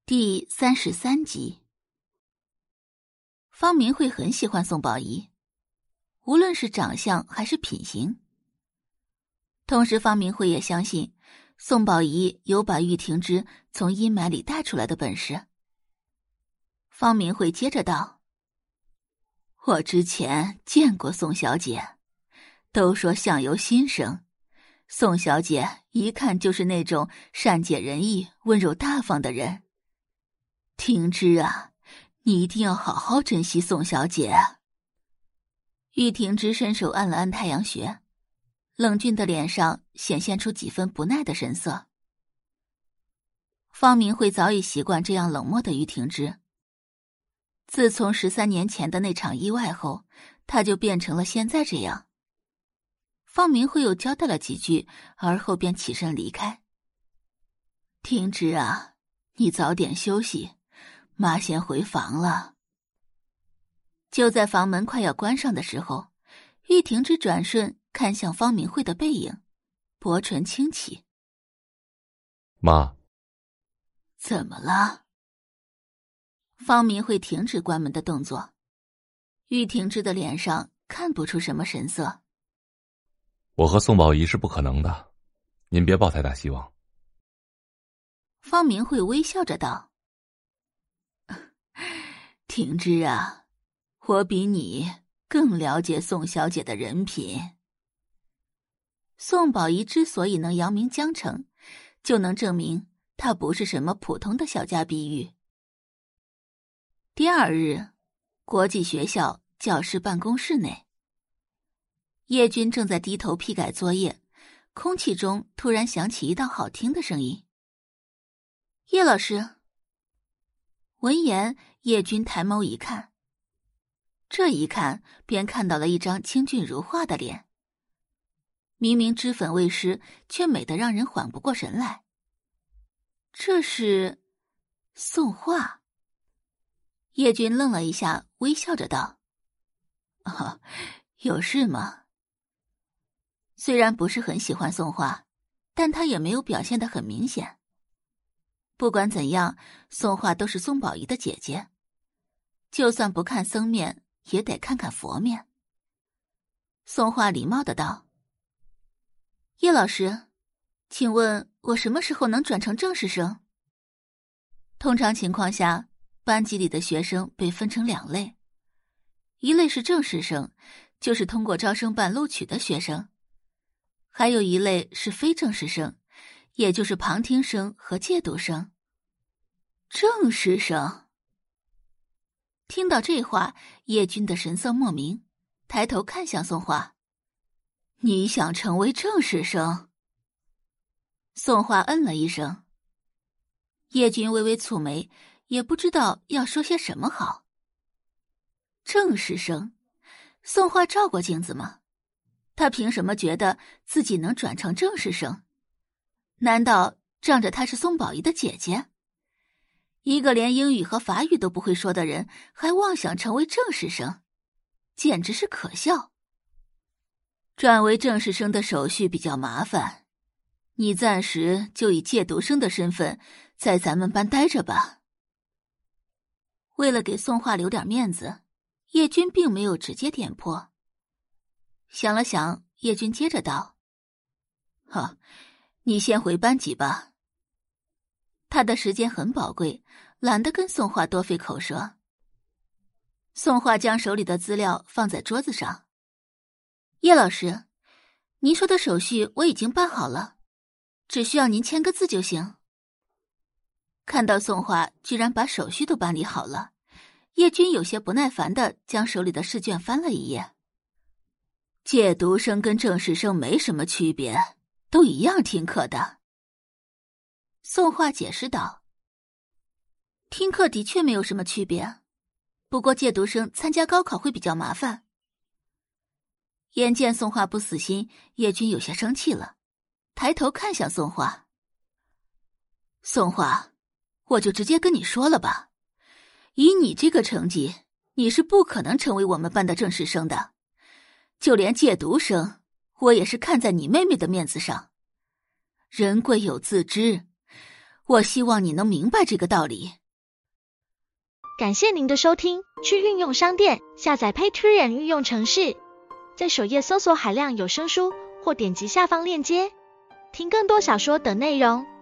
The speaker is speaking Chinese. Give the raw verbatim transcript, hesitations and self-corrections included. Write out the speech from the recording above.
第三十三集。方明慧很喜欢宋宝仪，无论是长相还是品行。同时方明慧也相信宋宝仪有把玉婷之从阴霾里带出来的本事。方明慧接着道：我之前见过宋小姐，都说相由心生，宋小姐一看就是那种善解人意、温柔大方的人。婷之啊，你一定要好好珍惜宋小姐。玉婷之伸手按了按太阳穴，冷峻的脸上显现出几分不耐的神色。方明慧早已习惯这样冷漠的玉婷之，自从十三年前的那场意外后，她就变成了现在这样。方明慧又交代了几句，而后便起身离开。婷之啊，你早点休息，妈先回房了。就在房门快要关上的时候，玉婷之转瞬看向方明慧的背影，薄唇轻启。 妈。 怎么了？方明慧停止关门的动作，玉婷之的脸上看不出什么神色。 我和宋宝仪是不可能的，您别抱太大希望。 方明慧微笑着道：婷之啊，我比你更了解宋小姐的人品。宋宝仪之所以能扬名江城，就能证明她不是什么普通的小家碧玉。第二日，国际学校教师办公室内，叶军正在低头批改作业，空气中突然响起一道好听的声音：叶老师。闻言，叶军抬眸一看，这一看便看到了一张清俊如画的脸，明明脂粉未施，却美得让人缓不过神来。这是宋画。叶军愣了一下，微笑着道：哦，有事吗？虽然不是很喜欢宋画，但他也没有表现得很明显。不管怎样，宋画都是宋宝仪的姐姐，就算不看僧面，也得看看佛面。宋画礼貌的道：叶老师，请问我什么时候能转成正式生？通常情况下，班级里的学生被分成两类，一类是正式生，就是通过招生办录取的学生，还有一类是非正式生，也就是旁听生和借读生。正式生。听到这话，叶军的神色莫名，抬头看向宋画：你想成为正式生？宋画嗯了一声。叶军微微蹙眉，也不知道要说些什么好。正式生？宋画照过镜子吗？他凭什么觉得自己能转成正式生？难道仗着她是宋宝仪的姐姐？一个连英语和法语都不会说的人，还妄想成为正式生，简直是可笑。转为正式生的手续比较麻烦，你暂时就以借读生的身份在咱们班待着吧。为了给宋画留点面子，叶军并没有直接点破。想了想，叶军接着道：哈，你先回班级吧。他的时间很宝贵，懒得跟宋画多费口舌。宋画将手里的资料放在桌子上：叶老师，您说的手续我已经办好了，只需要您签个字就行。看到宋画居然把手续都办理好了，叶军有些不耐烦地将手里的试卷翻了一页。借读生跟正式生没什么区别，都一样听课的。宋画解释道：听课的确没有什么区别，不过借读生参加高考会比较麻烦。眼见宋画不死心，叶军有些生气了，抬头看向宋画：宋画，我就直接跟你说了吧，以你这个成绩，你是不可能成为我们班的正式生的，就连借读生，我也是看在你妹妹的面子上。人贵有自知， 我希望你能明白这个道理。 感谢您的收听，去运用商店下载 Patreon 运用程式，在首页搜索海量有声书，或点击下方链接听更多小说等内容。